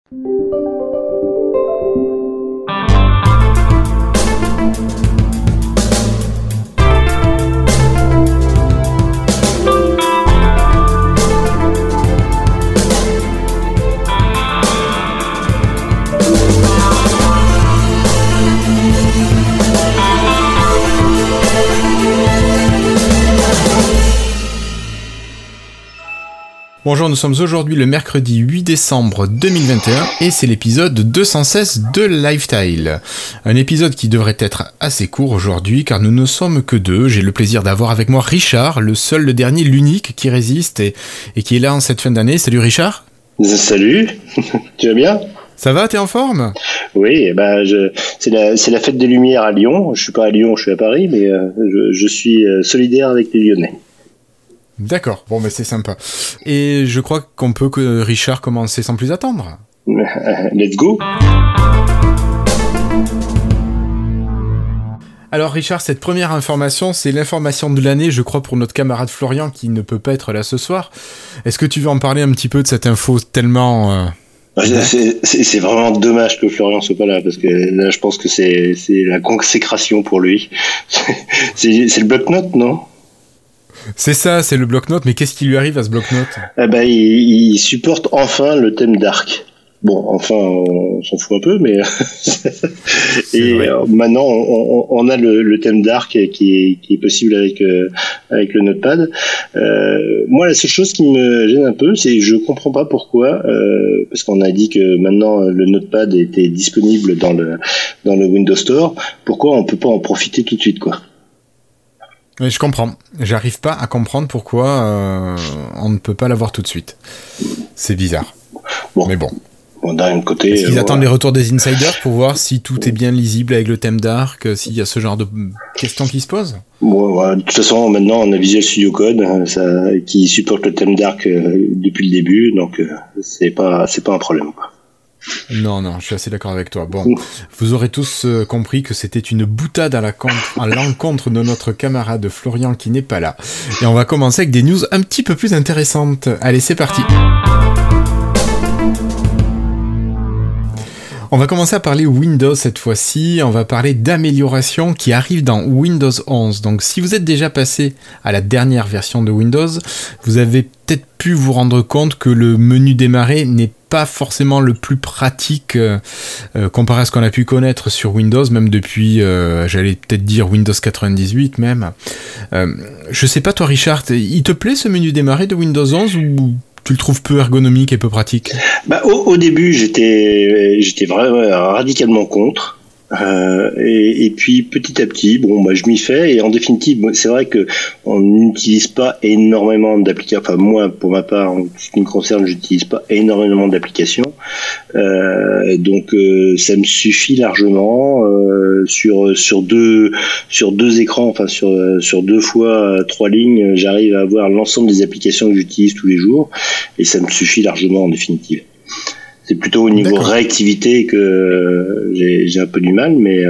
Bonjour, nous sommes aujourd'hui le mercredi 8 décembre 2021 et c'est l'épisode 216 de Lifestyle. Un épisode qui devrait être assez court aujourd'hui car nous ne sommes que deux. J'ai le plaisir d'avoir avec moi Richard, le seul, le dernier, l'unique qui résiste et qui est là en cette fin d'année. Salut Richard. Salut, tu vas bien ? Ça va, t'es en forme ? Oui, c'est la fête des Lumières à Lyon. Je suis pas à Lyon, je suis à Paris, mais je suis solidaire avec les Lyonnais. D'accord, bon c'est sympa. Et je crois qu'on peut que Richard commencer sans plus attendre. Let's go. Alors Richard, cette première information, c'est l'information de l'année, je crois, pour notre camarade Florian qui ne peut pas être là ce soir. Est-ce que tu veux en parler un petit peu de cette info tellement... C'est vraiment dommage que Florian soit pas là, parce que là je pense que c'est la consécration pour lui. C'est le bloc-notes, non ? C'est ça, c'est le bloc-notes, mais qu'est-ce qui lui arrive à ce bloc-notes ? Il supporte enfin le thème d'arc. Bon, enfin, on s'en fout un peu, mais maintenant on a le thème d'arc qui est possible avec le notepad. Moi, la seule chose qui me gêne un peu, c'est que je comprends pas pourquoi, parce qu'on a dit que maintenant le notepad était disponible dans le Windows Store. Pourquoi on peut pas en profiter tout de suite, quoi ? Mais je comprends. J'arrive pas à comprendre pourquoi on ne peut pas l'avoir tout de suite. C'est bizarre. Bon. Mais bon. D'un côté, est-ce qu'ils attendent les retours des insiders pour voir si tout est bien lisible avec le thème d'arc, s'il y a ce genre de questions qui se posent ? Bon, de toute façon, maintenant, on a Visual Studio Code qui supporte le thème d'arc depuis le début, donc c'est pas un problème, quoi. Non, je suis assez d'accord avec toi. Bon, vous aurez tous compris que c'était une boutade à l'encontre de notre camarade Florian qui n'est pas là. Et on va commencer avec des news un petit peu plus intéressantes. Allez, c'est parti. On va commencer à parler Windows cette fois-ci. On va parler d'améliorations qui arrivent dans Windows 11. Donc, si vous êtes déjà passé à la dernière version de Windows, vous avez peut-être pu vous rendre compte que le menu démarrer n'est pas forcément le plus pratique comparé à ce qu'on a pu connaître sur Windows, même depuis, j'allais peut-être dire Windows 98 même. Je sais pas toi Richard, il te plaît ce menu démarrer de Windows 11 ou tu le trouves peu ergonomique et peu pratique ? Au début, j'étais vraiment radicalement contre. Et puis petit à petit, je m'y fais, et en définitive, c'est vrai que on n'utilise pas énormément d'applications. Enfin, moi, pour ma part, en ce qui me concerne, j'utilise pas énormément d'applications, donc ça me suffit largement sur deux écrans, enfin sur 2 fois 3 lignes, j'arrive à avoir l'ensemble des applications que j'utilise tous les jours, et ça me suffit largement en définitive. C'est plutôt au niveau réactivité que j'ai un peu du mal, mais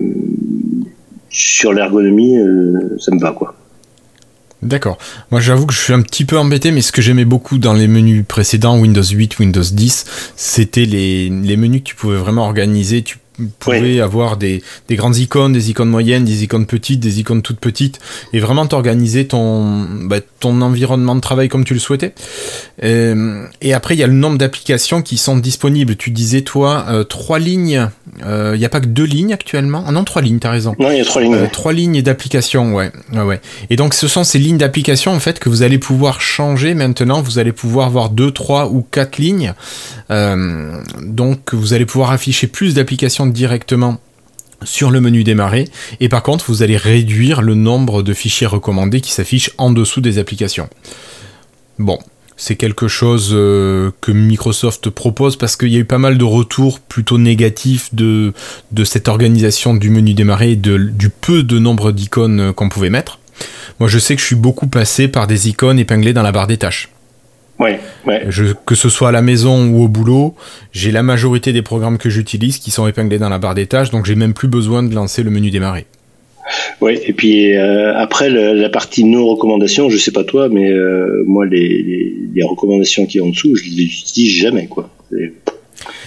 sur l'ergonomie, ça me va, quoi. D'accord. Moi, j'avoue que je suis un petit peu embêté, mais ce que j'aimais beaucoup dans les menus précédents, Windows 8, Windows 10, c'était les menus que tu pouvais vraiment organiser. Tu pouvais avoir des grandes icônes, des icônes moyennes, des icônes petites, des icônes toutes petites, et vraiment t'organiser ton environnement de travail comme tu le souhaitais. Et après, il y a le nombre d'applications qui sont disponibles. Tu disais, toi, 3 lignes. Il n'y a pas que 2 lignes actuellement. Ah non, 3 lignes, t'as raison. Non, il y a 3 lignes. 3 lignes d'applications, ouais. Et donc, ce sont ces lignes d'applications, en fait, que vous allez pouvoir changer maintenant. Vous allez pouvoir avoir 2, 3 ou 4 lignes. Donc, vous allez pouvoir afficher plus d'applications directement sur le menu démarrer, et par contre vous allez réduire le nombre de fichiers recommandés qui s'affichent en dessous des applications. Bon, c'est quelque chose que Microsoft propose parce qu'il y a eu pas mal de retours plutôt négatifs de cette organisation du menu démarrer et du peu de nombre d'icônes qu'on pouvait mettre. Moi je sais que je suis beaucoup passé par des icônes épinglées dans la barre des tâches. Ouais. Que ce soit à la maison ou au boulot, j'ai la majorité des programmes que j'utilise qui sont épinglés dans la barre des tâches, donc j'ai même plus besoin de lancer le menu démarrer. Oui, et puis après la partie non recommandation, je sais pas toi, mais moi les recommandations qui sont en dessous, je les utilise jamais, quoi.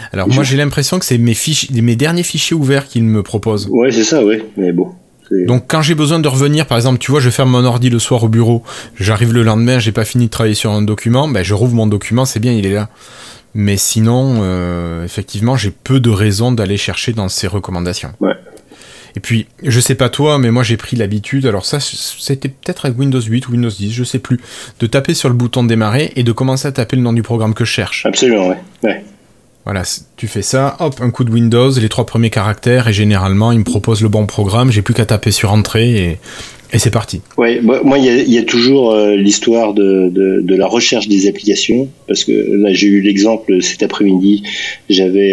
Alors moi j'ai l'impression que c'est mes derniers fichiers ouverts qu'il me propose. Ouais, c'est ça, ouais, mais bon. Donc quand j'ai besoin de revenir, par exemple, tu vois, je ferme mon ordi le soir au bureau, j'arrive le lendemain, j'ai pas fini de travailler sur un document, ben je rouvre mon document, c'est bien, il est là. Mais sinon, effectivement, j'ai peu de raisons d'aller chercher dans ces recommandations. Ouais. Et puis, je sais pas toi, mais moi j'ai pris l'habitude, alors ça c'était peut-être avec Windows 8 ou Windows 10, je sais plus, de taper sur le bouton démarrer et de commencer à taper le nom du programme que je cherche. Absolument, ouais. Voilà, tu fais ça, hop, un coup de Windows, les 3 premiers caractères, et généralement, il me propose le bon programme, j'ai plus qu'à taper sur Entrée, et c'est parti. Ouais, moi, il y a toujours l'histoire de la recherche des applications, parce que là, j'ai eu l'exemple cet après-midi, j'avais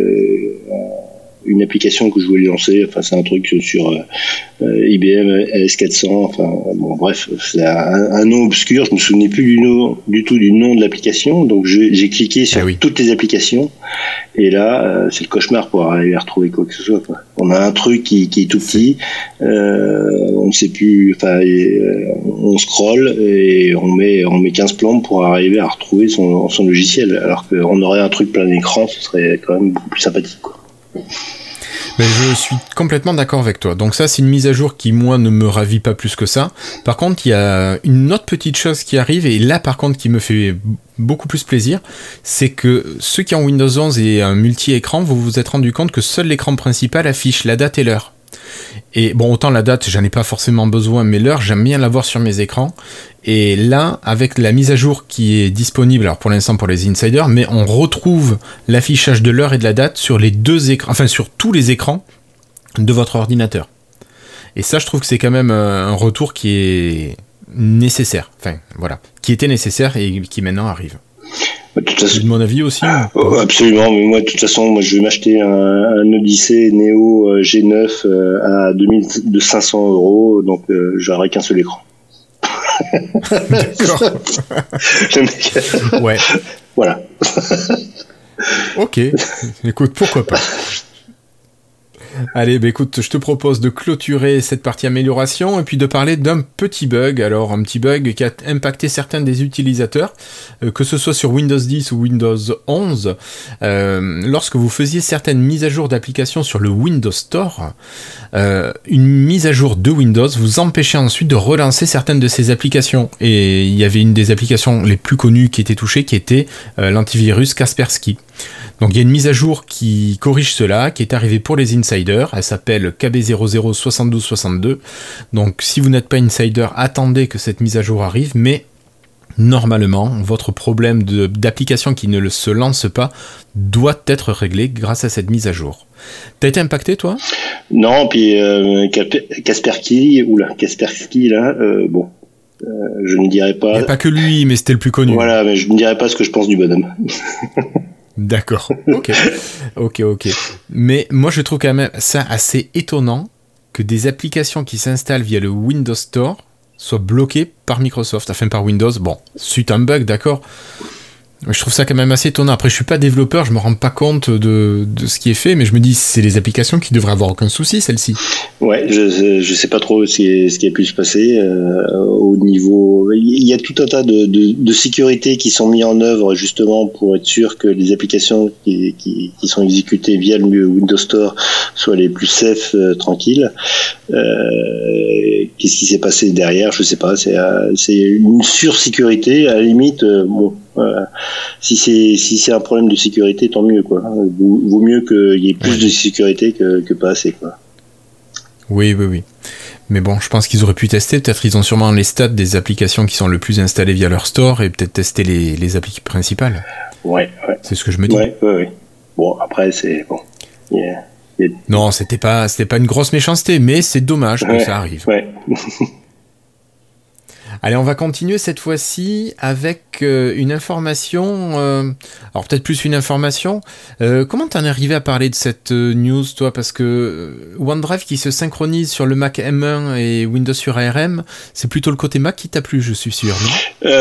une application que je voulais lancer, enfin, c'est un truc sur IBM AS400, enfin, bon, bref, c'est un nom obscur, je me souvenais plus du tout du nom de l'application, donc j'ai cliqué sur toutes les applications, et là, c'est le cauchemar pour arriver à retrouver quoi que ce soit, quoi. On a un truc qui est tout petit, on ne sait plus, enfin, on scrolle et on met 15 plombes pour arriver à retrouver son logiciel, alors qu'on aurait un truc plein écran, ce serait quand même beaucoup plus sympathique, quoi. Mais je suis complètement d'accord avec toi. Donc ça, c'est une mise à jour qui, moi, ne me ravit pas plus que ça. Par contre, il y a une autre petite chose qui arrive, et là, par contre, qui me fait beaucoup plus plaisir, c'est que ceux qui ont Windows 11 et un multi-écran, vous vous êtes rendu compte que seul l'écran principal affiche la date et l'heure. Et bon, autant la date, j'en ai pas forcément besoin, mais l'heure, j'aime bien l'avoir sur mes écrans. Et là, avec la mise à jour qui est disponible, alors pour l'instant pour les insiders, mais on retrouve l'affichage de l'heure et de la date sur les 2 écrans, enfin sur tous les écrans de votre ordinateur. Et ça, je trouve que c'est quand même un retour qui est nécessaire. Enfin, voilà. Qui était nécessaire et qui maintenant arrive. De toute façon, de mon avis aussi. Absolument, mais moi de toute façon, je vais m'acheter un Odyssey Neo G9 à 500 €, donc j'aurai qu'un seul écran. D'accord. Le mec... Ouais. Voilà. Ok. Écoute, pourquoi pas. Allez, bah écoute, je te propose de clôturer cette partie amélioration et puis de parler d'un petit bug. Alors, un petit bug qui a impacté certains des utilisateurs, que ce soit sur Windows 10 ou Windows 11. Lorsque vous faisiez certaines mises à jour d'applications sur le Windows Store, une mise à jour de Windows vous empêchait ensuite de relancer certaines de ces applications. Et il y avait une des applications les plus connues qui était touchée, qui était l'antivirus Kaspersky. Donc il y a une mise à jour qui corrige cela, qui est arrivée pour les insiders. Elle s'appelle KB007262. Donc si vous n'êtes pas insider, attendez que cette mise à jour arrive, mais normalement, votre problème d'application qui ne se lance pas doit être réglé grâce à cette mise à jour. T'as été impacté, toi ? Non, puis Kaspersky, là, bon, je ne dirais pas... Il n'y a pas que lui, mais c'était le plus connu. Voilà, mais je ne dirais pas ce que je pense du bonhomme. D'accord, ok. Mais moi, je trouve quand même ça assez étonnant que des applications qui s'installent via le Windows Store soient bloquées par Microsoft, enfin par Windows. Bon, suite à un bug, d'accord. Je trouve ça quand même assez étonnant. Après, je suis pas développeur, je me rends pas compte de ce qui est fait, mais je me dis, c'est les applications qui devraient avoir aucun souci, celles-ci. Ouais, je sais pas trop ce qui a pu se passer au niveau. Il y a tout un tas de sécurités qui sont mis en œuvre justement pour être sûr que les applications qui sont exécutées via le Windows Store soient les plus safe, tranquilles. Qu'est-ce qui s'est passé derrière ? Je sais pas. C'est une sursécurité à la limite. Bon. Si c'est un problème de sécurité, tant mieux, quoi. Vaut mieux qu'il y ait plus de sécurité que pas assez, quoi. Oui. Mais bon, je pense qu'ils auraient pu tester. Peut-être ils ont sûrement les stats des applications qui sont le plus installées via leur store et peut-être tester les applis principales. Ouais. C'est ce que je me dis. Ouais. Bon, après, c'est bon. Non, c'était pas une grosse méchanceté, mais c'est dommage que ça arrive. Ouais. Allez, on va continuer cette fois-ci avec une information, alors peut-être plus une information. Comment t'en es arrivé à parler de cette news, toi ? Parce que OneDrive qui se synchronise sur le Mac M1 et Windows sur ARM, c'est plutôt le côté Mac qui t'a plu, je suis sûr, non ?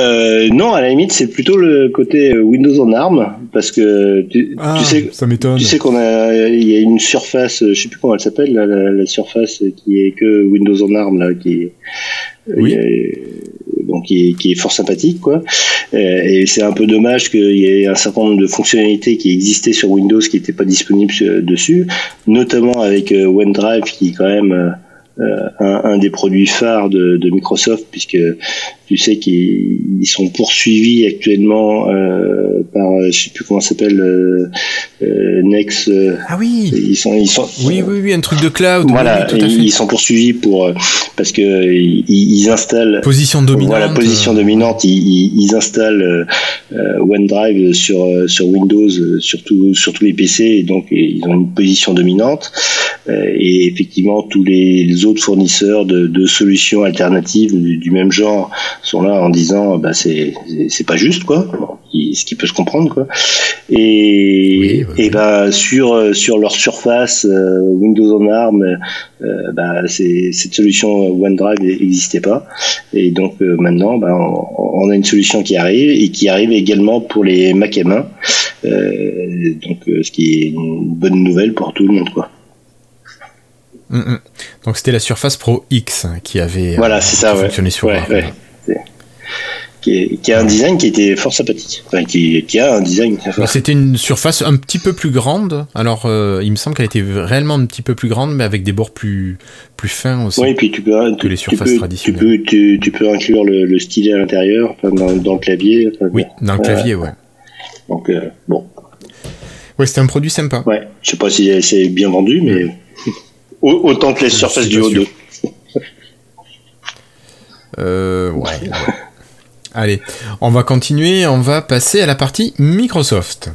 Non, à la limite, c'est plutôt le côté Windows en ARM, parce que tu sais, ça m'étonne. Tu sais il y a une surface, je sais plus comment elle s'appelle, la surface qui est que Windows en ARM là, qui est Oui. Donc qui est fort sympathique, quoi. Et c'est un peu dommage qu'il y ait un certain nombre de fonctionnalités qui existaient sur Windows qui n'étaient pas disponibles dessus, notamment avec OneDrive, qui est quand même un des produits phares de Microsoft, puisque tu sais qu'ils sont poursuivis actuellement par, je sais plus comment ça s'appelle, Next. Ah oui. Ils sont. Oui, un truc de cloud. Voilà, oui, tout à fait. Ils sont poursuivis parce que ils installent. Position dominante. Voilà, position dominante. Ils installent OneDrive sur Windows, sur tous les PC, et donc ils ont une position dominante. Et effectivement, tous les autres fournisseurs de solutions alternatives du même genre sont là en disant c'est pas juste, quoi, ce qui peut se comprendre, quoi. Et sur leur surface Windows on ARM, cette solution OneDrive n'existait pas, et donc maintenant on a une solution qui arrive également pour les Mac M1, donc ce qui est une bonne nouvelle pour tout le monde, quoi. Donc c'était la Surface Pro X qui avait fonctionné sur qui a un design qui était fort sympathique. Enfin, qui a un design. C'était une surface un petit peu plus grande. Alors, il me semble qu'elle était réellement un petit peu plus grande, mais avec des bords plus fins aussi. Oui, et puis que les surfaces traditionnelles. Tu peux inclure le stylet à l'intérieur, dans le clavier. Oui, dans le clavier, ouais. Donc, bon. Ouais, c'était un produit sympa. Ouais, je sais pas si c'est bien vendu, mais autant que les surfaces du O2. Ouais. Allez, on va continuer, on va passer à la partie Microsoft.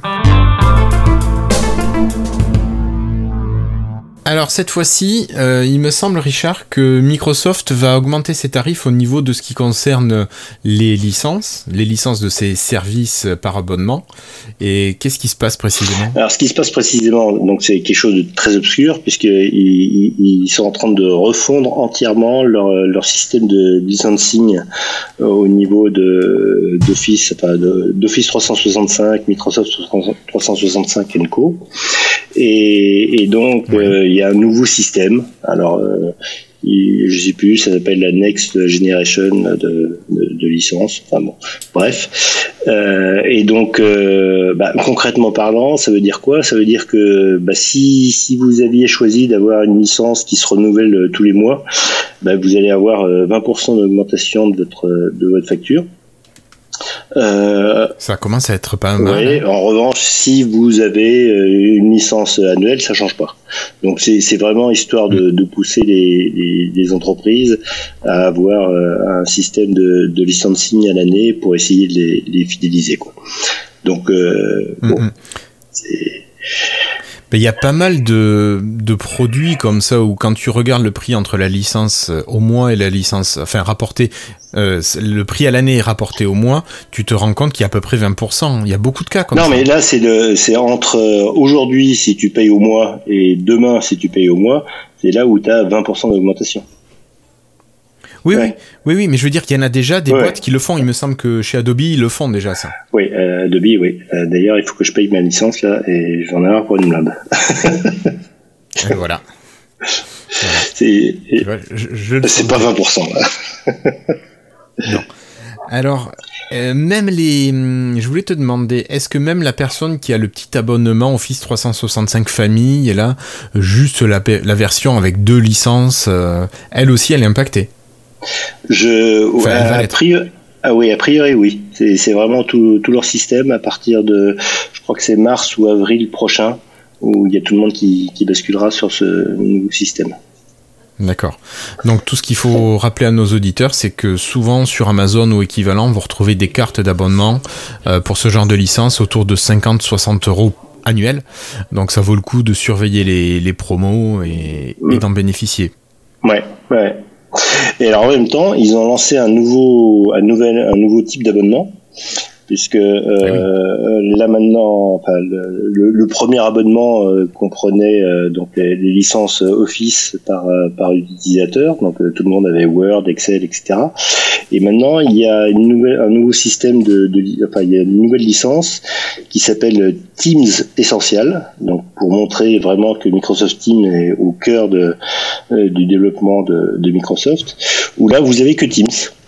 Alors cette fois-ci, il me semble, Richard, que Microsoft va augmenter ses tarifs au niveau de ce qui concerne les licences de ses services par abonnement. Et qu'est-ce qui se passe précisément ? Alors ce qui se passe précisément, donc c'est quelque chose de très obscur, puisqu'ils sont en train de refondre entièrement leur système de licensing au niveau d'Office 365, Microsoft 365 & Co. Et donc il y a un nouveau système. Alors je sais plus, ça s'appelle la Next Generation de licence. Enfin bon, bref. Et donc concrètement parlant, ça veut dire quoi ? Ça veut dire que si vous aviez choisi d'avoir une licence qui se renouvelle tous les mois, vous allez avoir 20% d'augmentation de votre facture. Ça commence à être pas mal. Oui, en revanche, si vous avez une licence annuelle, ça change pas. Donc c'est vraiment histoire de pousser les entreprises à avoir un système de licensing à l'année pour essayer de les fidéliser, quoi. Donc c'est... Il y a pas mal de produits comme ça où quand tu regardes le prix entre la licence au mois et la licence, rapporté, le prix à l'année est rapporté au mois, tu te rends compte qu'il y a à peu près 20%. Il y a beaucoup de cas comme ça. Non, mais là, c'est entre aujourd'hui si tu payes au mois et demain si tu payes au mois, c'est là où tu as 20% d'augmentation. Oui, mais je veux dire qu'il y en a déjà des boîtes qui le font. Il me semble que chez Adobe, ils le font déjà, ça. Oui, Adobe, oui. D'ailleurs, il faut que je paye ma licence, là, et j'en ai marre pour une blinde. Et voilà. C'est pas 20%, là. Non. Alors, je voulais te demander, est-ce que même la personne qui a le petit abonnement Office 365 Famille, et là, juste la version avec 2 licences, elle aussi, elle est impactée? A priori, oui. C'est vraiment tout leur système à partir de, je crois que c'est mars ou avril prochain, où il y a tout le monde qui basculera sur ce nouveau système. D'accord. Donc tout ce qu'il faut rappeler à nos auditeurs, c'est que souvent sur Amazon ou équivalent, vous retrouvez des cartes d'abonnement pour ce genre de licence autour de 50-60 € annuels. Donc ça vaut le coup de surveiller les promos et d'en bénéficier. Ouais. Et alors en même temps, ils ont lancé un nouveau type d'abonnement, puisque là maintenant, enfin, le premier abonnement comprenait donc les licences Office par utilisateur, donc tout le monde avait Word, Excel, etc. Et maintenant il y a un nouveau système il y a une nouvelle licence qui s'appelle Teams Essential, donc pour montrer vraiment que Microsoft Teams est au cœur du développement de Microsoft, où là vous avez que Teams.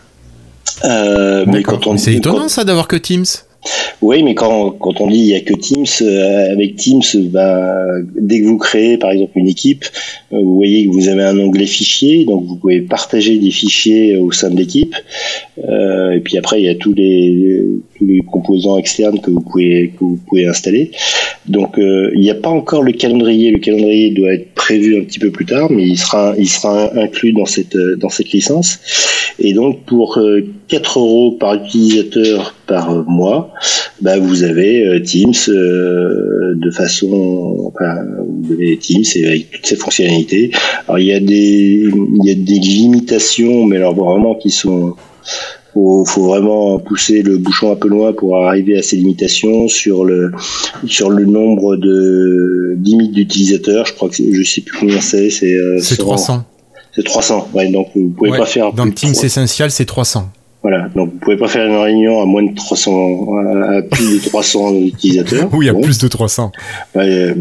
Mais c'est étonnant ça d'avoir que Teams. Oui, mais quand on dit il y a que Teams, avec Teams, dès que vous créez par exemple une équipe, vous voyez que vous avez un onglet fichiers, donc vous pouvez partager des fichiers au sein de l'équipe. Et puis après il y a tous les composants externes que vous pouvez installer. Donc il n'y a pas encore le calendrier. Le calendrier doit être prévu un petit peu plus tard, mais il sera inclus dans cette licence. Et donc pour 4 € par utilisateur par mois, vous avez Teams de façon, vous avez Teams avec toutes ses fonctionnalités. Alors il y a des limitations, mais alors vraiment qui sont, faut vraiment pousser le bouchon un peu loin pour arriver à ces limitations sur le nombre de limites d'utilisateurs. Je crois que je sais plus combien c'est 300. C'est 300, ouais, donc vous pouvez pas faire... Dans Teams Essential, c'est 300. Voilà, donc vous pouvez pas faire une réunion à moins de 300, à plus de 300 utilisateurs. Oui, à plus de 300. Ouais,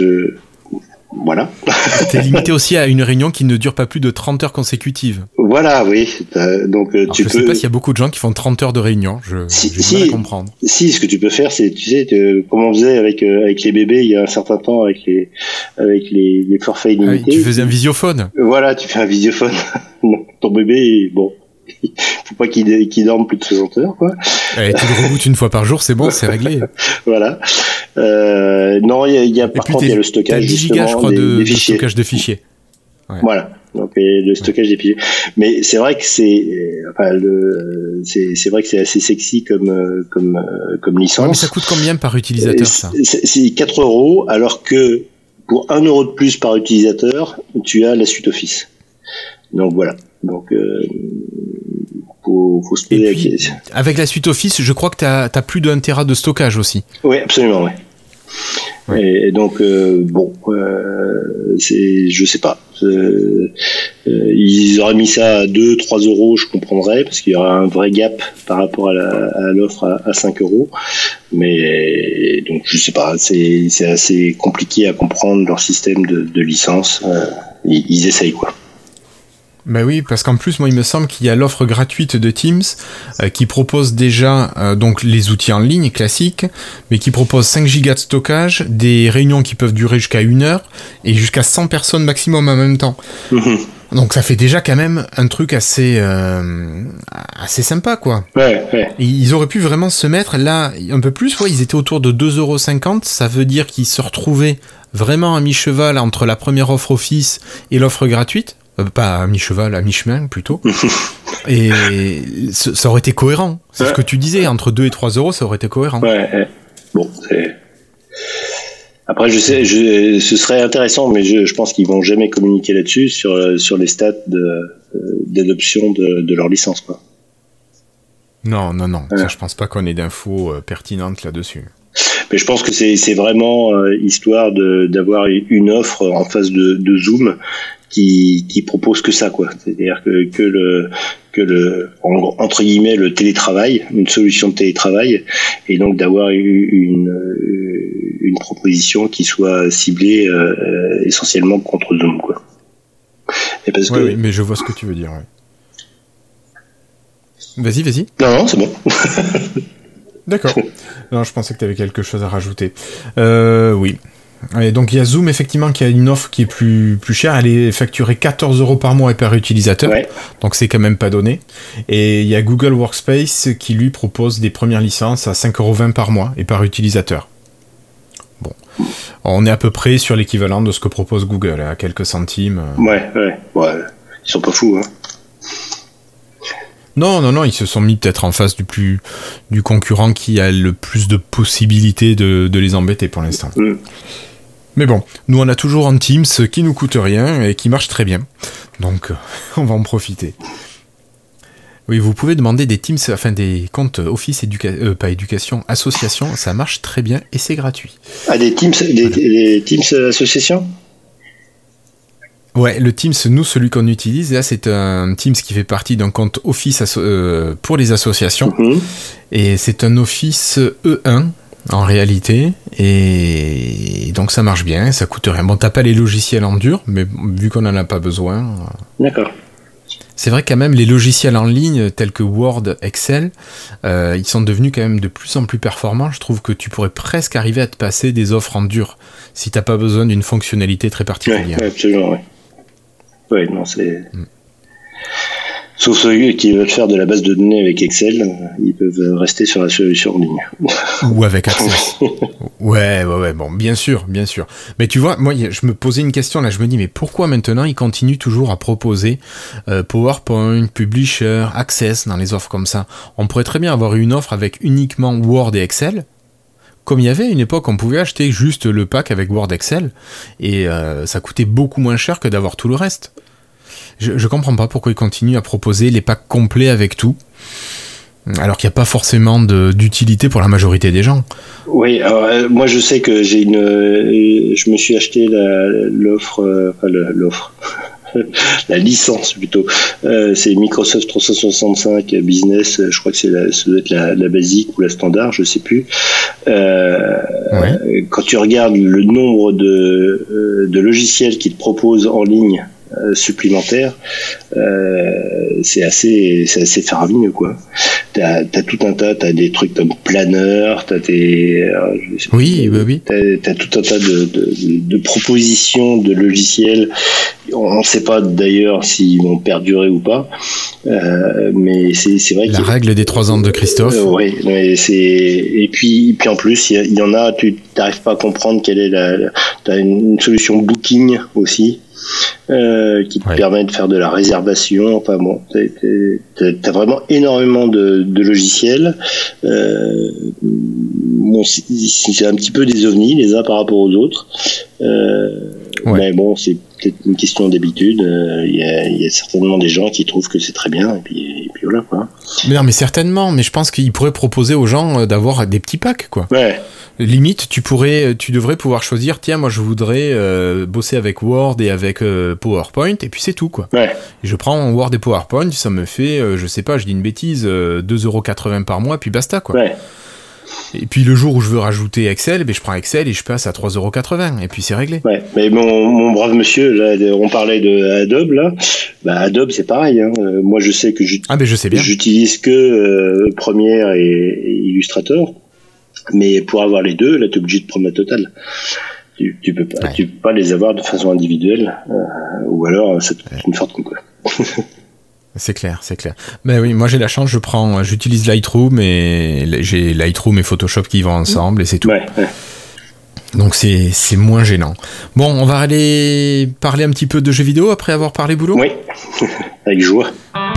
voilà. T'es limité aussi à une réunion qui ne dure pas plus de 30 heures consécutives. Voilà, oui. Donc alors, je sais pas s'il y a beaucoup de gens qui font 30 heures de réunion, j'ai mal à comprendre. Si, ce que tu peux faire, c'est, tu sais, comme on faisait avec les bébés il y a un certain temps avec les forfaits illimités. Tu faisais un visiophone. Voilà, tu fais un visiophone. Ton bébé, faut pas qu'il dorme plus de 60 heures, quoi. Tu le rebootes une fois par jour, c'est bon, c'est réglé. Voilà. Non, il y a par contre il y a le stockage, 10 gigas, je crois, de stockage de fichiers. Ouais. Voilà. Donc le stockage des fichiers. Mais c'est vrai que c'est vrai que c'est assez sexy comme licence. Ouais, mais ça coûte combien par utilisateur, ça? C'est 4 €, alors que pour 1 € de plus par utilisateur, tu as la suite Office. Donc voilà. Donc faut se poser avec la suite Office, je crois que t'as plus de 1 Tera de stockage aussi. Oui, absolument, ouais. Et donc je sais pas. Ils auraient mis ça à 2-3 €, je comprendrais, parce qu'il y aura un vrai gap par rapport à l'offre à 5 €. Mais donc je sais pas, c'est assez compliqué à comprendre leur système de licence. Ils essayent, quoi. Ben oui, parce qu'en plus, moi, il me semble qu'il y a l'offre gratuite de Teams qui propose déjà donc les outils en ligne classiques, mais qui propose 5 gigas de stockage, des réunions qui peuvent durer jusqu'à 1 heure et jusqu'à 100 personnes maximum en même temps. Mmh. Donc ça fait déjà quand même un truc assez sympa, quoi. Ouais. Et ils auraient pu vraiment se mettre là un peu plus. Ouais, ils étaient autour de 2,50 €. Ça veut dire qu'ils se retrouvaient vraiment à mi-cheval entre la première offre Office et l'offre gratuite. Pas à mi-cheval, à mi-chemin plutôt. Et ça aurait été cohérent. C'est ce que tu disais, entre 2 et 3 €, ça aurait été cohérent. Ouais. Bon, après, ce serait intéressant, mais je pense qu'ils vont jamais communiquer là-dessus sur les stats d'adoption de leur licence, quoi. Non. Ça, je pense pas qu'on ait d'infos pertinentes là-dessus. Mais je pense que c'est vraiment histoire d'avoir une offre en face de Zoom qui propose que ça, quoi. C'est-à-dire que le entre guillemets le télétravail, une solution de télétravail, et donc d'avoir une proposition qui soit ciblée essentiellement contre Zoom, quoi. Et parce que oui, mais je vois ce que tu veux dire. Ouais. Vas-y. Non, c'est bon. D'accord. Non, je pensais que tu avais quelque chose à rajouter. Oui. Et donc il y a Zoom effectivement qui a une offre qui est plus chère, elle est facturée 14 € par mois et par utilisateur, donc c'est quand même pas donné. Et il y a Google Workspace qui lui propose des premières licences à 5,20 € par mois et par utilisateur. Bon, on est à peu près sur l'équivalent de ce que propose Google, à quelques centimes. Ouais, ils sont pas fous, hein. Non, ils se sont mis peut-être en face du concurrent qui a le plus de possibilités de les embêter pour l'instant. Mais bon, nous on a toujours un Teams qui nous coûte rien et qui marche très bien. Donc on va en profiter. Oui, vous pouvez demander des Teams, enfin des comptes Office pas éducation, association, ça marche très bien et c'est gratuit. Ah, des Teams, des Teams associations? Ouais, le Teams, nous, celui qu'on utilise, là, c'est un Teams qui fait partie d'un compte Office pour les associations. Et c'est un Office E1, en réalité. Et donc, ça marche bien, ça coûte rien. Bon, t'as pas les logiciels en dur, mais vu qu'on en a pas besoin... D'accord. C'est vrai quand même, les logiciels en ligne, tels que Word, Excel, ils sont devenus quand même de plus en plus performants. Je trouve que tu pourrais presque arriver à te passer des offres en dur, si t'as pas besoin d'une fonctionnalité très particulière. Oui, absolument, oui. Oui, non, c'est... Sauf ceux qui veulent faire de la base de données avec Excel, ils peuvent rester sur la solution en ligne. Ou avec Access. Ouais, bon, bien sûr. Mais tu vois, moi, je me posais une question, là, je me dis, mais pourquoi maintenant ils continuent toujours à proposer PowerPoint, Publisher, Access dans les offres comme ça? On pourrait très bien avoir une offre avec uniquement Word et Excel. Comme il y avait une époque, on pouvait acheter juste le pack avec Word Excel, et ça coûtait beaucoup moins cher que d'avoir tout le reste. Je comprends pas pourquoi ils continuent à proposer les packs complets avec tout, alors qu'il n'y a pas forcément d'utilité pour la majorité des gens. Oui, alors moi je sais que je me suis acheté l'offre, la licence plutôt. C'est Microsoft 365 Business, je crois que ça doit être la basique ou la standard, je sais plus. Ouais. Quand tu regardes le nombre de logiciels qu'ils te proposent en ligne supplémentaires, c'est assez faramineux, quoi. T'as tout un tas, t'as des trucs comme Planner, t'as des... oui. T'as tout un tas de propositions de logiciels. On ne sait pas d'ailleurs s'ils vont perdurer ou pas, mais c'est vrai que... La règle des 3 ans de Christophe. Oui, mais et puis en plus, il y en a, tu n'arrives pas à comprendre quelle est t'as une solution Booking aussi, qui te permet de faire de la réservation. Enfin bon, t'as vraiment énormément de logiciels. Bon, c'est un petit peu des ovnis les uns par rapport aux autres. Mais bon, c'est peut-être une question d'habitude. Il y a certainement des gens qui trouvent que c'est très bien, et puis voilà, quoi. Mais non, mais certainement. Mais je pense qu'ils pourraient proposer aux gens d'avoir des petits packs, quoi. Ouais. Limite, tu devrais pouvoir choisir, tiens, moi je voudrais bosser avec Word et avec PowerPoint, et puis c'est tout, quoi. Ouais. Et je prends Word et PowerPoint, ça me fait, je sais pas, je dis une bêtise, 2,80€ par mois, puis basta, quoi. Ouais. Et puis le jour où je veux rajouter Excel, je prends Excel et je passe à 3,80€, et puis c'est réglé. Ouais, mais mon brave monsieur, là, on parlait de Adobe, là. Adobe, c'est pareil, hein. Moi, je sais que je sais bien. J'utilise que Premiere et Illustrator. Mais pour avoir les deux, là, tu es obligé de prendre la totale. Tu peux pas les avoir de façon individuelle, ou alors ça te coûte une fortune, quoi. C'est clair. Mais oui, moi j'ai la chance, j'utilise Lightroom, et j'ai Lightroom et Photoshop qui vont ensemble, et c'est tout. Ouais. Donc c'est moins gênant. Bon, on va aller parler un petit peu de jeux vidéo après avoir parlé boulot. Oui, avec joie.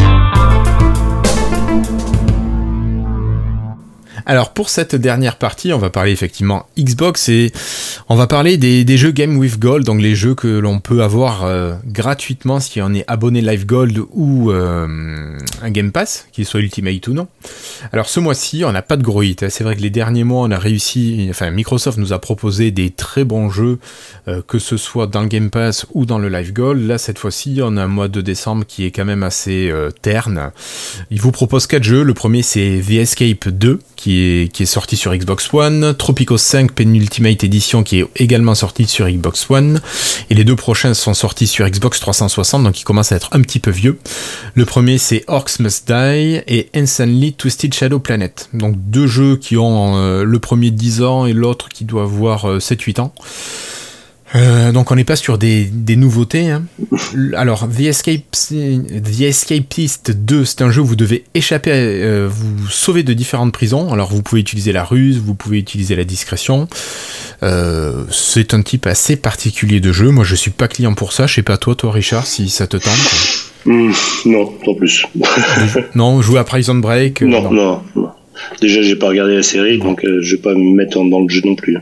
Alors pour cette dernière partie, on va parler effectivement Xbox, et on va parler des jeux Game with Gold, donc les jeux que l'on peut avoir gratuitement si on est abonné Live Gold ou un Game Pass, qu'il soit Ultimate ou non. Alors ce mois-ci, on n'a pas de gros hits, hein. C'est vrai que les derniers mois, on a réussi, Microsoft nous a proposé des très bons jeux, que ce soit dans le Game Pass ou dans le Live Gold. Là, cette fois-ci, on a un mois de décembre qui est quand même assez terne. Il vous propose 4 jeux. Le premier, c'est The Escape 2, qui est sorti sur Xbox One, Tropico 5 Penultimate Edition qui est également sorti sur Xbox One, et les deux prochains sont sortis sur Xbox 360, donc ils commencent à être un petit peu vieux. Le premier c'est Orcs Must Die et Insanely Twisted Shadow Planet, donc 2 jeux qui ont le premier 10 ans et l'autre qui doit avoir 7-8 ans. Donc on n'est pas sur des nouveautés, hein. Alors The Escapist 2, c'est un jeu où vous devez échapper, vous sauver de différentes prisons. Alors vous pouvez utiliser la ruse, vous pouvez utiliser la discrétion. C'est un type assez particulier de jeu. Moi je suis pas client pour ça. Je sais pas toi Richard, si ça te tente. Non, pas plus. Non, jouer à Prison Break. Non. Déjà j'ai pas regardé la série, donc je vais pas me mettre dans le jeu non plus.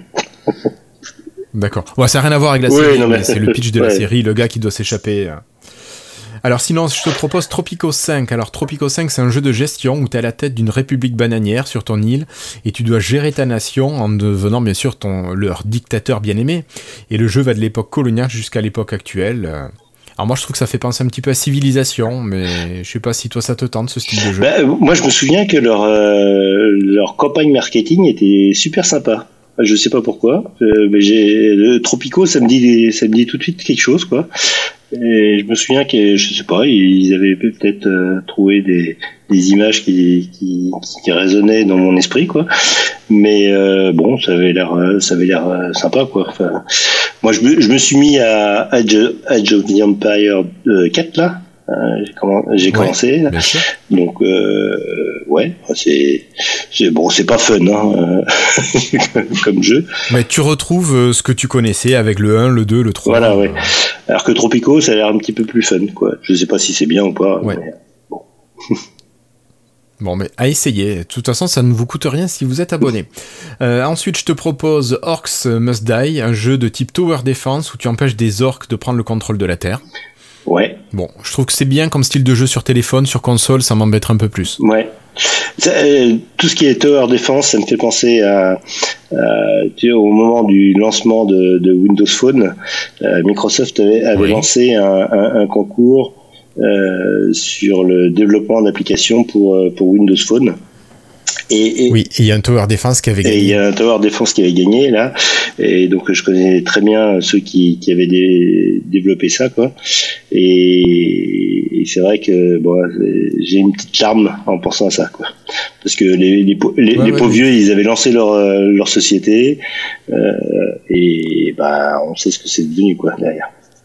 D'accord. Ouais, ça n'a rien à voir avec la série, mais c'est le pitch de la série, le gars qui doit s'échapper. Alors sinon, je te propose Tropico 5. Alors Tropico 5, c'est un jeu de gestion où tu es à la tête d'une république bananière sur ton île et tu dois gérer ta nation en devenant bien sûr leur dictateur bien-aimé. Et le jeu va de l'époque coloniale jusqu'à l'époque actuelle. Alors moi je trouve que ça fait penser un petit peu à Civilisation, mais je sais pas si toi ça te tente ce style de jeu. Moi je me souviens que leur campagne marketing était super sympa. Je sais pas pourquoi, mais le Tropico ça me dit tout de suite quelque chose quoi. Et je me souviens que je sais pas, ils avaient peut-être trouvé des images qui résonnaient dans mon esprit quoi. Mais bon, ça avait l'air sympa quoi. Enfin, moi je me suis mis à Age of the Empire 4 là. J'ai commencé. Donc ouais, c'est pas fun hein, comme jeu. Mais tu retrouves ce que tu connaissais avec le 1, le 2, le 3. Voilà, ouais. Alors que Tropico, ça a l'air un petit peu plus fun quoi. Je sais pas si c'est bien ou pas. Ouais. Mais bon. Bon, mais à essayer. De toute façon, ça ne vous coûte rien si vous êtes abonné. Ensuite, je te propose Orcs Must Die, un jeu de type Tower Defense où tu empêches des orques de prendre le contrôle de la Terre. Ouais. Bon, je trouve que c'est bien comme style de jeu sur téléphone, sur console, ça m'embête un peu plus. Ouais. Tout ce qui est Tower Defense, ça me fait penser au moment du lancement de Windows Phone, Microsoft avait lancé un concours sur le développement d'applications pour Windows Phone. Oui, et il y a un Tower Defense qui avait gagné. Et il y a un Tower Defense qui avait gagné là, et donc je connais très bien ceux qui avaient développé ça quoi. Et c'est vrai que bon, j'ai une petite larme en pensant à ça quoi, parce que les pauvres vieux, ils avaient lancé leur société, et bah on sait ce que c'est devenu quoi derrière.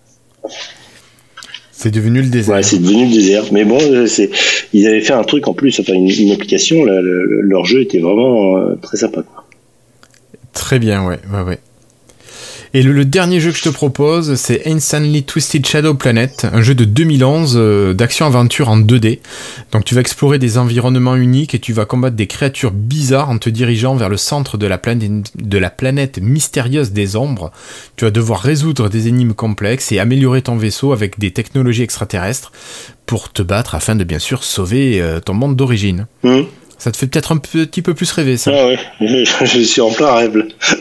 C'est devenu le désert. Ouais, c'est devenu le désert. Mais bon, ils avaient fait un truc en plus, enfin une application. Là, leur jeu était vraiment très sympa, quoi. Très bien, ouais. Et le dernier jeu que je te propose, c'est Insanely Twisted Shadow Planet, un jeu de 2011 d'action-aventure en 2D. Donc tu vas explorer des environnements uniques et tu vas combattre des créatures bizarres en te dirigeant vers le centre de la planète mystérieuse des ombres. Tu vas devoir résoudre des énigmes complexes et améliorer ton vaisseau avec des technologies extraterrestres pour te battre afin de bien sûr sauver ton monde d'origine. Ça te fait peut-être un petit peu plus rêver, ça. Ah ouais, je suis en plein rêve.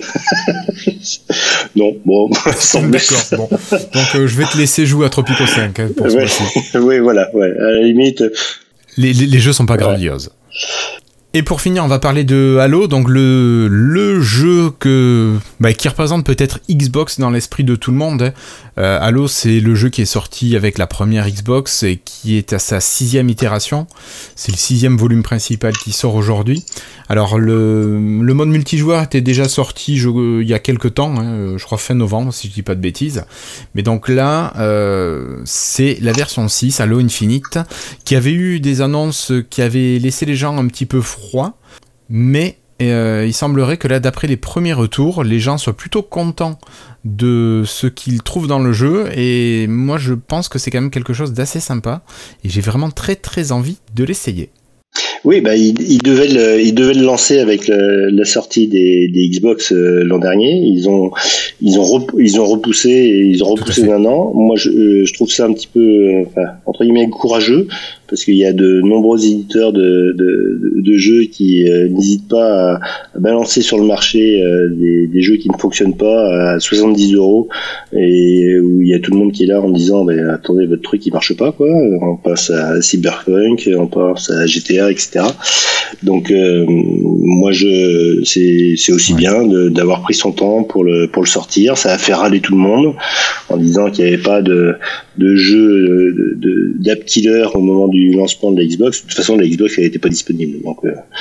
Non, bon, d'accord, bon. Donc je vais te laisser jouer à Tropico 5 hein, pour ce mois-ci. Oui, voilà, ouais. À la limite. Les jeux sont pas grandioses. Et pour finir, on va parler de Halo, donc le jeu qui représente peut-être Xbox dans l'esprit de tout le monde. Halo, c'est le jeu qui est sorti avec la première Xbox et qui est à sa 6e itération. C'est le 6e volume principal qui sort aujourd'hui. Alors le mode multijoueur était déjà sorti il y a quelques temps, hein, je crois fin novembre si je dis pas de bêtises. Mais donc là, c'est la version 6, Halo Infinite, qui avait eu des annonces qui avaient laissé les gens un petit peu froids, mais il semblerait que là, d'après les premiers retours, les gens soient plutôt contents de ce qu'ils trouvent dans le jeu, et moi je pense que c'est quand même quelque chose d'assez sympa, et j'ai vraiment très très envie de l'essayer. Oui, bah ils devaient le lancer avec la sortie des Xbox l'an dernier. Ils ont repoussé d'un an. Moi, je trouve ça un petit peu entre guillemets courageux, parce qu'il y a de nombreux éditeurs de jeux qui n'hésitent pas à balancer sur le marché des jeux qui ne fonctionnent pas à 70€, et où il y a tout le monde qui est là en disant attendez, votre truc il marche pas quoi. On passe à Cyberpunk, on passe à GTA, etc. Donc moi c'est aussi bien d'avoir pris son temps pour le sortir. Ça a fait râler tout le monde en disant qu'il n'y avait pas de jeu d'app killer au moment du lancement de la Xbox. De toute façon, la Xbox elle n'était pas disponible, donc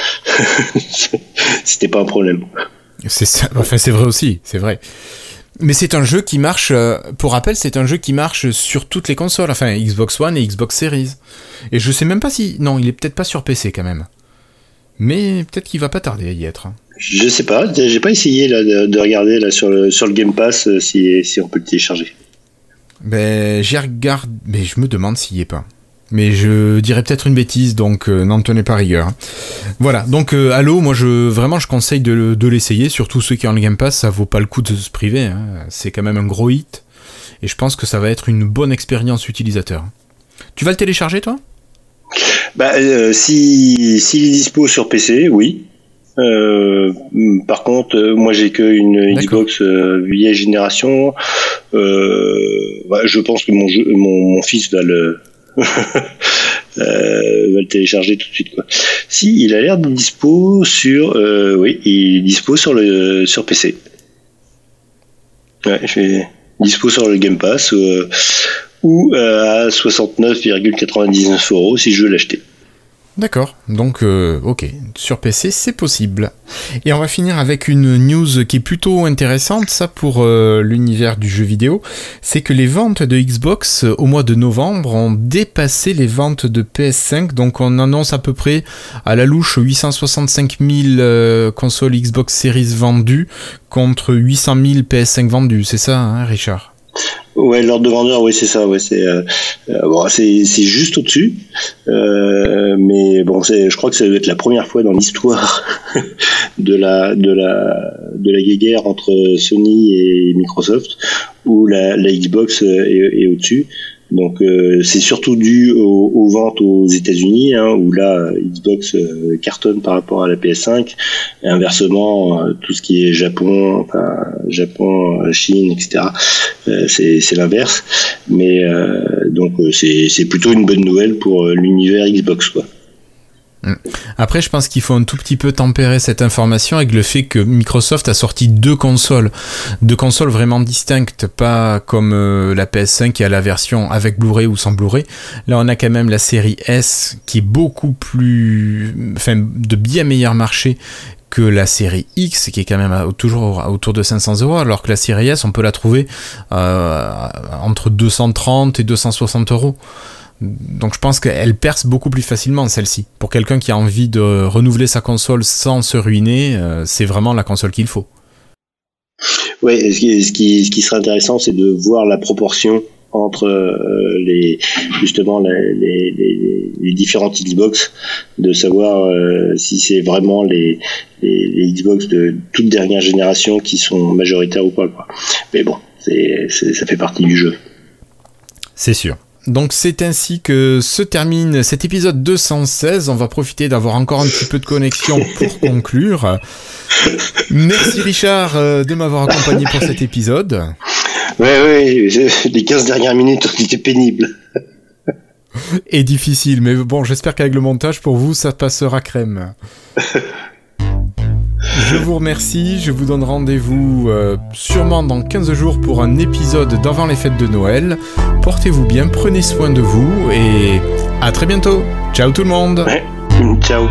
c'était pas un problème. C'est ça. Enfin, c'est vrai aussi, c'est vrai. Mais c'est un jeu qui marche, pour rappel, c'est un jeu qui marche sur toutes les consoles, enfin Xbox One et Xbox Series. Et je sais même pas si... Non, il est peut-être pas sur PC quand même. Mais peut-être qu'il va pas tarder à y être. Je sais pas, j'ai pas essayé là, de regarder là, sur le Game Pass si on peut le télécharger. J'ai regardé... Mais je me demande s'il y est pas. Mais je dirais peut-être une bêtise, donc n'en tenez pas rigueur. Voilà, donc Halo, moi je conseille de l'essayer, surtout ceux qui ont le Game Pass, ça vaut pas le coup de se priver, hein. C'est quand même un gros hit, et je pense que ça va être une bonne expérience utilisateur. Tu vas le télécharger, toi ? S'il est dispo sur PC, oui. Par contre, moi j'ai qu'une Xbox vieille génération. Je pense que mon fils va le va le télécharger tout de suite, quoi. Si, il a l'air de dispo sur oui, il est dispo sur PC. Ouais, je suis dispo sur le Game Pass ou à 69,99 € si je veux l'acheter. D'accord, donc ok, sur PC c'est possible. Et on va finir avec une news qui est plutôt intéressante, ça pour l'univers du jeu vidéo, c'est que les ventes de Xbox au mois de novembre ont dépassé les ventes de PS5, donc on annonce à peu près à la louche 865 000 consoles Xbox Series vendues contre 800 000 PS5 vendues, c'est ça, hein, Richard ? Ouais, l'ordre de grandeur, oui, c'est ça, ouais, c'est juste au-dessus, mais bon, je crois que ça doit être la première fois dans l'histoire de la guéguerre entre Sony et Microsoft où la Xbox est au-dessus. Donc c'est surtout dû aux ventes aux États-Unis, hein, où là Xbox cartonne par rapport à la PS5. Et inversement, tout ce qui est Japon, Chine, etc. C'est l'inverse. Mais donc c'est plutôt une bonne nouvelle pour l'univers Xbox, quoi. Après, je pense qu'il faut un tout petit peu tempérer cette information avec le fait que Microsoft a sorti deux consoles vraiment distinctes, pas comme la PS5 qui a la version avec Blu-ray ou sans Blu-ray. Là, on a quand même la série S qui est beaucoup plus, de bien meilleur marché que la série X, qui est quand même toujours autour de 500 €, alors que la série S, on peut la trouver entre 230 et 260 €. Donc je pense qu'elle perce beaucoup plus facilement, celle-ci. Pour quelqu'un qui a envie de renouveler sa console sans se ruiner, c'est vraiment la console qu'il faut. Oui, ce qui serait intéressant, c'est de voir la proportion entre les différentes Xbox, de savoir si c'est vraiment les Xbox de toute dernière génération qui sont majoritaires ou pas, quoi. Mais bon, ça fait partie du jeu. C'est sûr. Donc c'est ainsi que se termine cet épisode 216. On va profiter d'avoir encore un petit peu de connexion pour conclure. Merci Richard de m'avoir accompagné pour cet épisode. Oui, les 15 dernières minutes ont été pénibles. Et difficiles, mais bon, j'espère qu'avec le montage, pour vous, ça passera crème. Je vous remercie, je vous donne rendez-vous sûrement dans 15 jours pour un épisode d'avant les fêtes de Noël. Portez-vous bien, prenez soin de vous et à très bientôt. Ciao tout le monde. Ouais, ciao.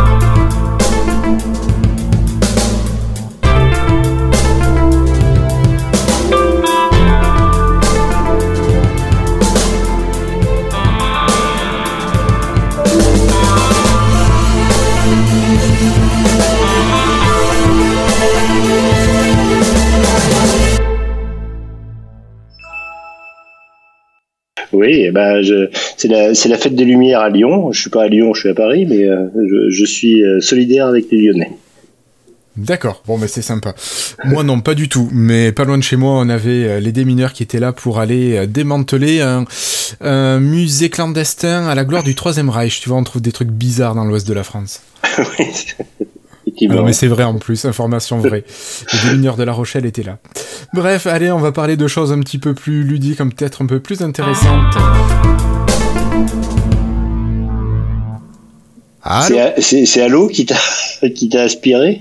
Oui, c'est la fête des Lumières à Lyon. Je suis pas à Lyon, je suis à Paris, mais je suis solidaire avec les Lyonnais. D'accord, bon, mais c'est sympa. Moi non, pas du tout, mais pas loin de chez moi, on avait les démineurs qui étaient là pour aller démanteler un musée clandestin à la gloire du Troisième Reich. Tu vois, on trouve des trucs bizarres dans l'ouest de la France. Oui. Non, mais c'est vrai en plus, information vraie. Les démineurs de La Rochelle étaient là. Bref, allez, on va parler de choses un petit peu plus ludiques, peut-être un peu plus intéressantes. Allô ? C'est Allo qui t'a aspiré ?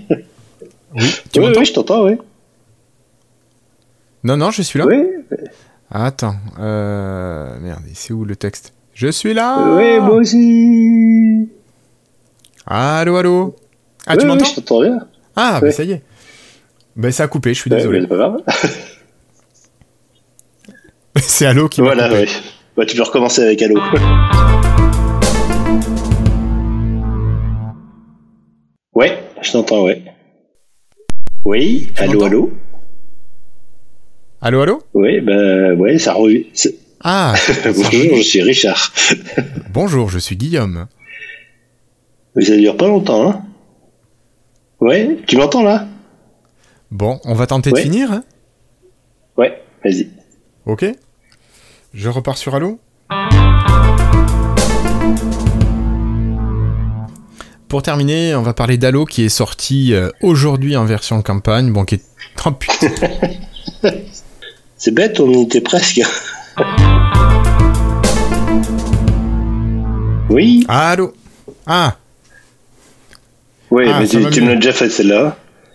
Oui, tu m'entends ? Oui, je t'entends, oui. Non, je suis là. Oui. Attends, merde, c'est où le texte ? Je suis là. Oui, moi aussi. Allô ? Ah, oui, tu m'entends ? Oui, je t'entends bien. Ah, bah ça y est. Bah ça a coupé, je suis désolé. C'est pas grave. C'est Allo qui m'a coupé. Oui. Bah, tu peux recommencer avec Allo. Ouais, je t'entends, ouais. Oui, allô. Allô ? Oui, ouais, ça revient. Ah. Bonjour, je suis Richard. Bonjour, je suis Guillaume. Mais ça dure pas longtemps, hein ? Ouais, tu m'entends là ? Bon, on va tenter de finir, hein ? Ouais, vas-y. Ok. Je repars sur Allo ? pour terminer, on va parler d'Halo qui est sorti aujourd'hui en version campagne. Bon, qui est... Oh putain. C'est bête, on y était presque. Oui. Halo. Ah. Oui, mais tu me l'as déjà fait celle-là.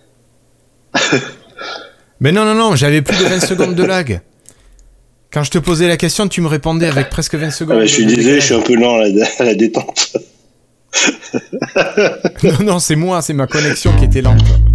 Mais non, j'avais plus de 20 secondes de lag. Quand je te posais la question, tu me répondais avec presque 20 secondes. Je suis désolé, je suis un peu lent à la détente. Non, c'est moi, c'est ma connexion qui était lente.